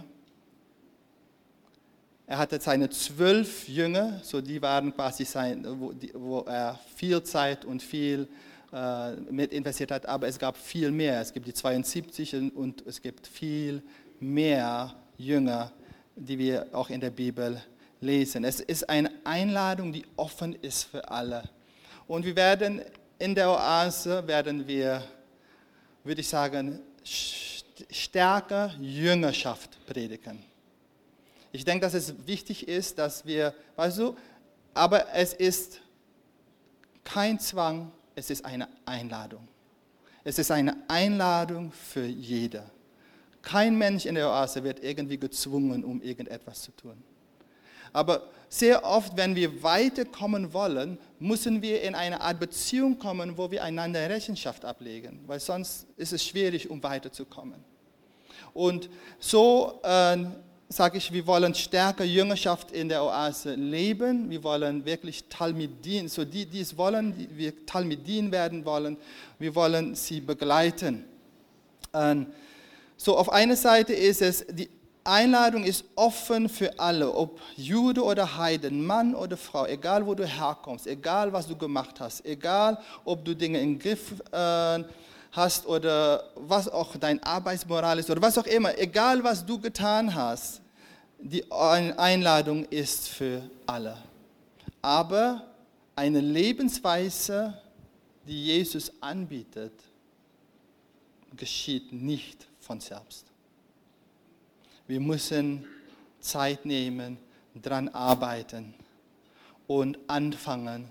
Er hatte seine zwölf Jünger, so die waren quasi sein, wo, die, wo er viel Zeit und viel äh, mit investiert hat, aber es gab viel mehr. Es gibt die zweiundsiebzig und, und es gibt viel mehr Jünger, die wir auch in der Bibel lesen. Es ist eine Einladung, die offen ist für alle. Und wir werden in der Oase, werden wir, würde ich sagen, stärker Jüngerschaft predigen. Ich denke, dass es wichtig ist, dass wir, weißt du, aber es ist kein Zwang, es ist eine Einladung. Es ist eine Einladung für jeder. Kein Mensch in der Oase wird irgendwie gezwungen, um irgendetwas zu tun. Aber sehr oft, wenn wir weiterkommen wollen, müssen wir in eine Art Beziehung kommen, wo wir einander Rechenschaft ablegen, weil sonst ist es schwierig, um weiterzukommen. Und so äh, sage ich, wir wollen stärker Jüngerschaft in der Oase leben. Wir wollen wirklich Talmidin, so die, die es wollen, die wir Talmidin werden wollen, wir wollen sie begleiten. Und so auf einer Seite ist es, die Einladung ist offen für alle, ob Jude oder Heiden, Mann oder Frau, egal wo du herkommst, egal was du gemacht hast, egal ob du Dinge im Griff äh, hast oder was auch dein Arbeitsmoral ist oder was auch immer, egal was du getan hast, die Einladung ist für alle. Aber eine Lebensweise, die Jesus anbietet, geschieht nicht von selbst. Wir müssen Zeit nehmen, daran arbeiten und anfangen,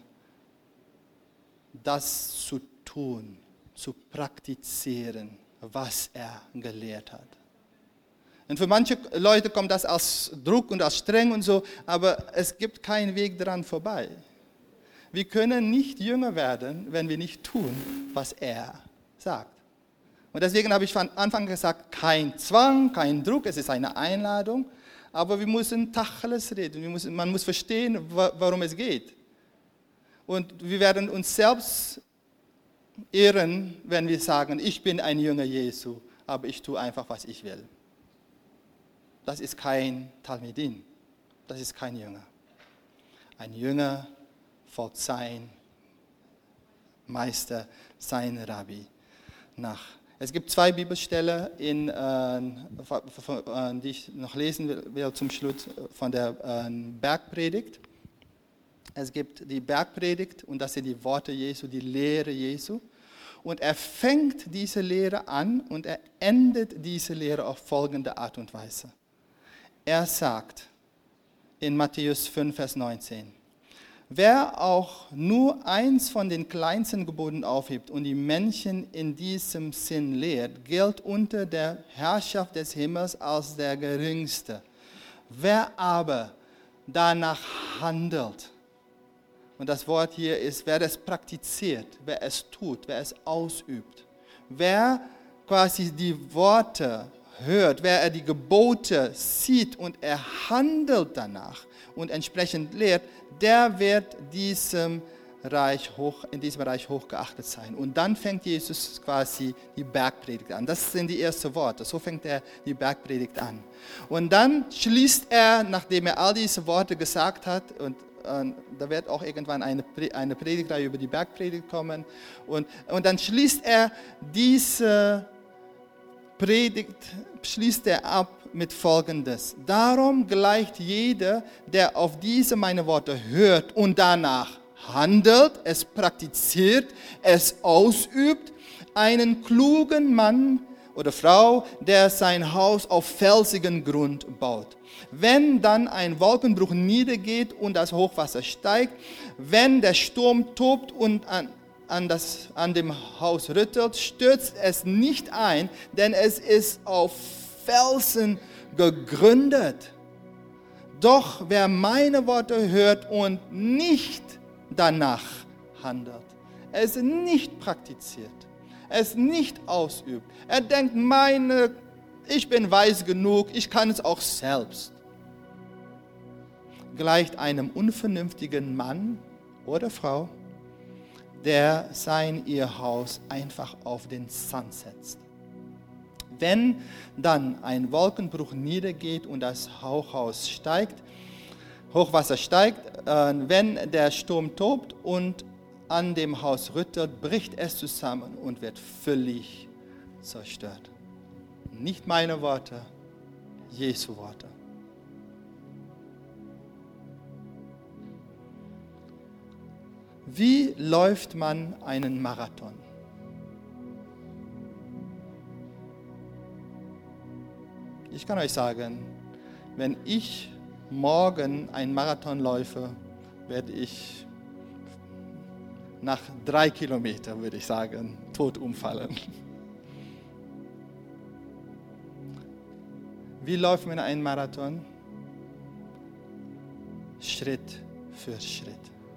das zu tun, zu praktizieren, was er gelehrt hat. Und für manche Leute kommt das als Druck und als streng und so, aber es gibt keinen Weg daran vorbei. Wir können nicht jünger werden, wenn wir nicht tun, was er sagt. Und deswegen habe ich von Anfang gesagt, kein Zwang, kein Druck, es ist eine Einladung, aber wir müssen Tacheles reden, wir müssen, man muss verstehen, warum es geht. Und wir werden uns selbst ehren, wenn wir sagen, ich bin ein Jünger Jesu, aber ich tue einfach, was ich will. Das ist kein Talmidin, das ist kein Jünger. Ein Jünger folgt sein Meister, sein Rabbi nach. Es gibt zwei Bibelstellen, in, äh, die ich noch lesen will zum Schluss von der äh, Bergpredigt. Es gibt die Bergpredigt und das sind die Worte Jesu, die Lehre Jesu. Und er fängt diese Lehre an und er endet diese Lehre auf folgende Art und Weise. Er sagt in Matthäus fünf, Vers neunzehn, wer auch nur eins von den kleinsten Geboten aufhebt und die Menschen in diesem Sinn lehrt, gilt unter der Herrschaft des Himmels als der Geringste. Wer aber danach handelt, und das Wort hier ist, wer es praktiziert, wer es tut, wer es ausübt, wer quasi die Worte hört, wer er die Gebote sieht und er handelt danach und entsprechend lehrt, der wird diesem Reich hoch, in diesem Reich hochgeachtet sein. Und dann fängt Jesus quasi die Bergpredigt an. Das sind die ersten Worte. So fängt er die Bergpredigt an. Und dann schließt er, nachdem er all diese Worte gesagt hat, und äh, da wird auch irgendwann eine, eine Predigtreihe über die Bergpredigt kommen, und, und dann schließt er diese Predigt, schließt er ab mit Folgendes. Darum gleicht jeder, der auf diese meine Worte hört und danach handelt, es praktiziert, es ausübt, einen klugen Mann oder Frau, der sein Haus auf felsigen Grund baut. Wenn dann ein Wolkenbruch niedergeht und das Hochwasser steigt, wenn der Sturm tobt und an, an, das, an dem Haus rüttelt, stürzt es nicht ein, denn es ist auf Felsen gegründet. Doch wer meine Worte hört und nicht danach handelt, es nicht praktiziert, es nicht ausübt, er denkt, meine, ich bin weise genug, ich kann es auch selbst, gleicht einem unvernünftigen Mann oder Frau, der sein ihr Haus einfach auf den Sand setzt. Wenn dann ein Wolkenbruch niedergeht und das Hochhaus steigt, Hochwasser steigt, äh, wenn der Sturm tobt und an dem Haus rüttelt, bricht es zusammen und wird völlig zerstört. Nicht meine Worte, Jesu Worte. Wie läuft man einen Marathon? Ich kann euch sagen, wenn ich morgen einen Marathon läufe, werde ich nach drei Kilometern, würde ich sagen, tot umfallen. Wie läuft man einen Marathon? Schritt für Schritt.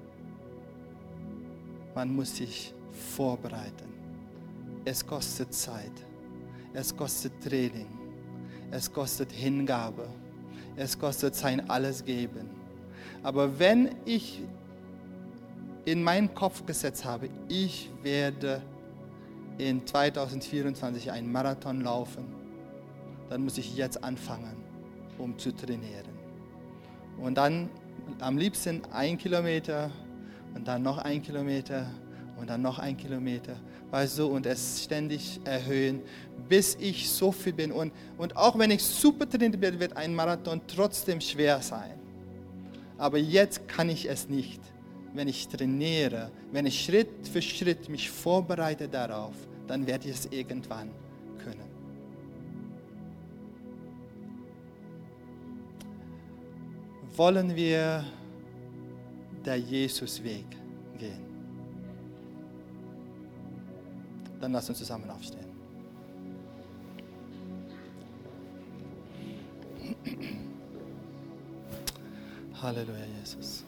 Man muss sich vorbereiten. Es kostet Zeit. Es kostet Training. Es kostet Hingabe. Es kostet sein Alles geben. Aber wenn ich in meinen Kopf gesetzt habe, ich werde in zweitausendvierundzwanzig einen Marathon laufen, dann muss ich jetzt anfangen, um zu trainieren. Und dann am liebsten ein Kilometer und dann noch ein Kilometer und dann noch ein Kilometer. Weißt du, und es ständig erhöhen, bis ich so viel bin. Und, und auch wenn ich super trainiert bin, wird ein Marathon trotzdem schwer sein. Aber jetzt kann ich es nicht. Wenn ich trainiere, wenn ich Schritt für Schritt mich vorbereite darauf, dann werde ich es irgendwann können. Wollen wir der Jesus-Weg gehen? Dann lass uns zusammen aufstehen. Halleluja, Jesus.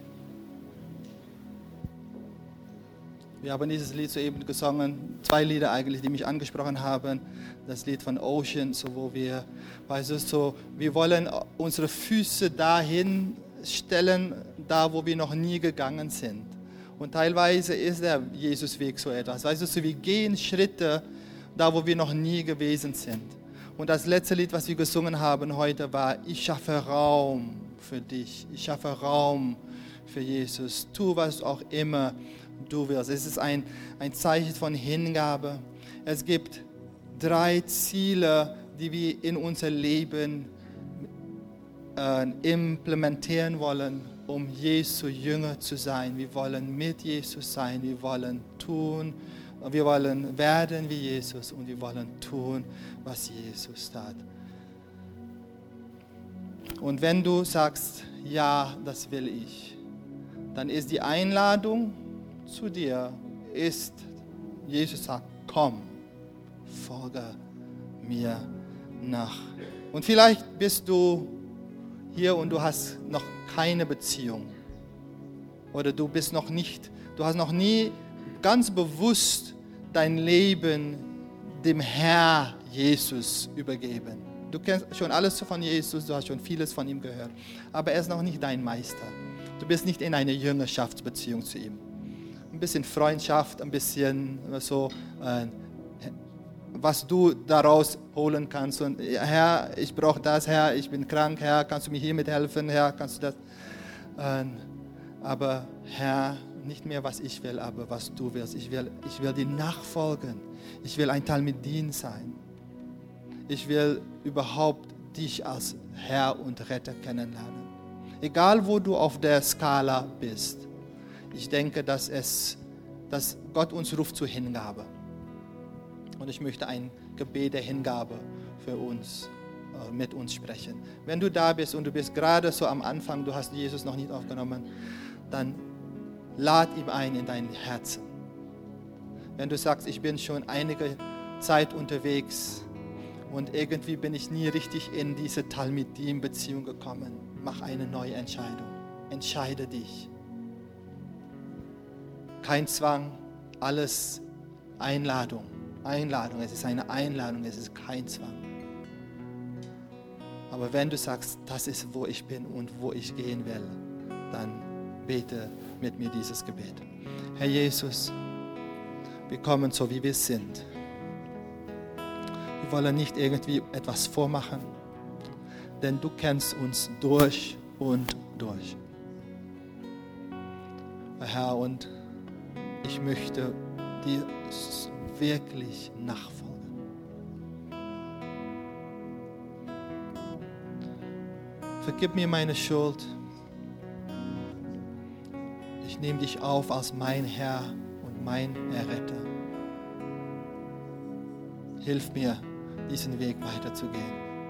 Wir haben dieses Lied soeben gesungen, zwei Lieder eigentlich, die mich angesprochen haben. Das Lied von Ocean, so wo wir, weißt du, so, wir wollen unsere Füße dahin stellen, da wo wir noch nie gegangen sind. Und teilweise ist der Jesusweg so etwas. Weißt du, so wir gehen Schritte, da wo wir noch nie gewesen sind. Und das letzte Lied, was wir gesungen haben heute, war: Ich schaffe Raum für dich. Ich schaffe Raum für Jesus. Tu, was auch immer du willst. Es ist ein, ein Zeichen von Hingabe. Es gibt drei Ziele, die wir in unser Leben äh, implementieren wollen, um Jesu Jünger zu sein. Wir wollen mit Jesus sein. Wir wollen tun, wir wollen werden wie Jesus und wir wollen tun, was Jesus tat. Und wenn du sagst, ja, das will ich, dann ist die Einladung zu dir, ist, Jesus sagt, komm, folge mir nach. Und vielleicht bist du hier und du hast noch keine Beziehung. Oder du bist noch nicht, du hast noch nie ganz bewusst dein Leben dem Herr Jesus übergeben. Du kennst schon alles von Jesus, du hast schon vieles von ihm gehört. Aber er ist noch nicht dein Meister. Du bist nicht in einer Jüngerschaftsbeziehung zu ihm. Ein bisschen Freundschaft, ein bisschen so, äh, was du daraus holen kannst. Und Herr, ich brauche das, Herr, ich bin krank, Herr, kannst du mir hiermit helfen, Herr, kannst du das? Äh, aber Herr, nicht mehr, was ich will, aber was du willst. Ich will, ich will dir nachfolgen. Ich will ein Teil mit dir sein. Ich will überhaupt dich als Herr und Retter kennenlernen. Egal, wo du auf der Skala bist. Ich denke, dass, es, dass Gott uns ruft zur Hingabe. Und ich möchte ein Gebet der Hingabe für uns, äh, mit uns sprechen. Wenn du da bist und du bist gerade so am Anfang, du hast Jesus noch nicht aufgenommen, dann lad ihn ein in dein Herzen. Wenn du sagst, ich bin schon einige Zeit unterwegs und irgendwie bin ich nie richtig in diese Talmidim-Beziehung gekommen, mach eine neue Entscheidung. Entscheide dich. Kein Zwang, alles Einladung. Einladung, es ist eine Einladung, es ist kein Zwang. Aber wenn du sagst, das ist, wo ich bin und wo ich gehen will, dann bete mit mir dieses Gebet. Herr Jesus, wir kommen so, wie wir sind. Wir wollen nicht irgendwie etwas vormachen, denn du kennst uns durch und durch. Herr, und ich möchte dir wirklich nachfolgen. Vergib mir meine Schuld. Ich nehme dich auf als mein Herr und mein Erretter. Hilf mir, diesen Weg weiterzugehen.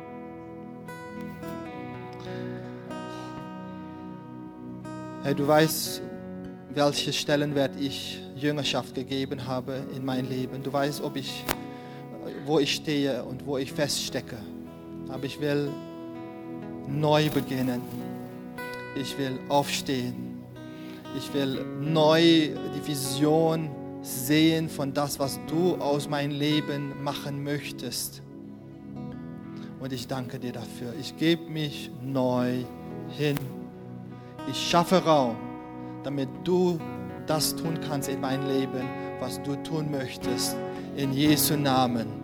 Herr, du weißt, welche Stellenwert ich Jüngerschaft gegeben habe in mein Leben. Du weißt, ob ich, wo ich stehe und wo ich feststecke. Aber ich will neu beginnen. Ich will aufstehen. Ich will neu die Vision sehen von das, was du aus meinem Leben machen möchtest. Und ich danke dir dafür. Ich gebe mich neu hin. Ich schaffe Raum, damit du das tun kannst in meinem Leben, was du tun möchtest. In Jesu Namen.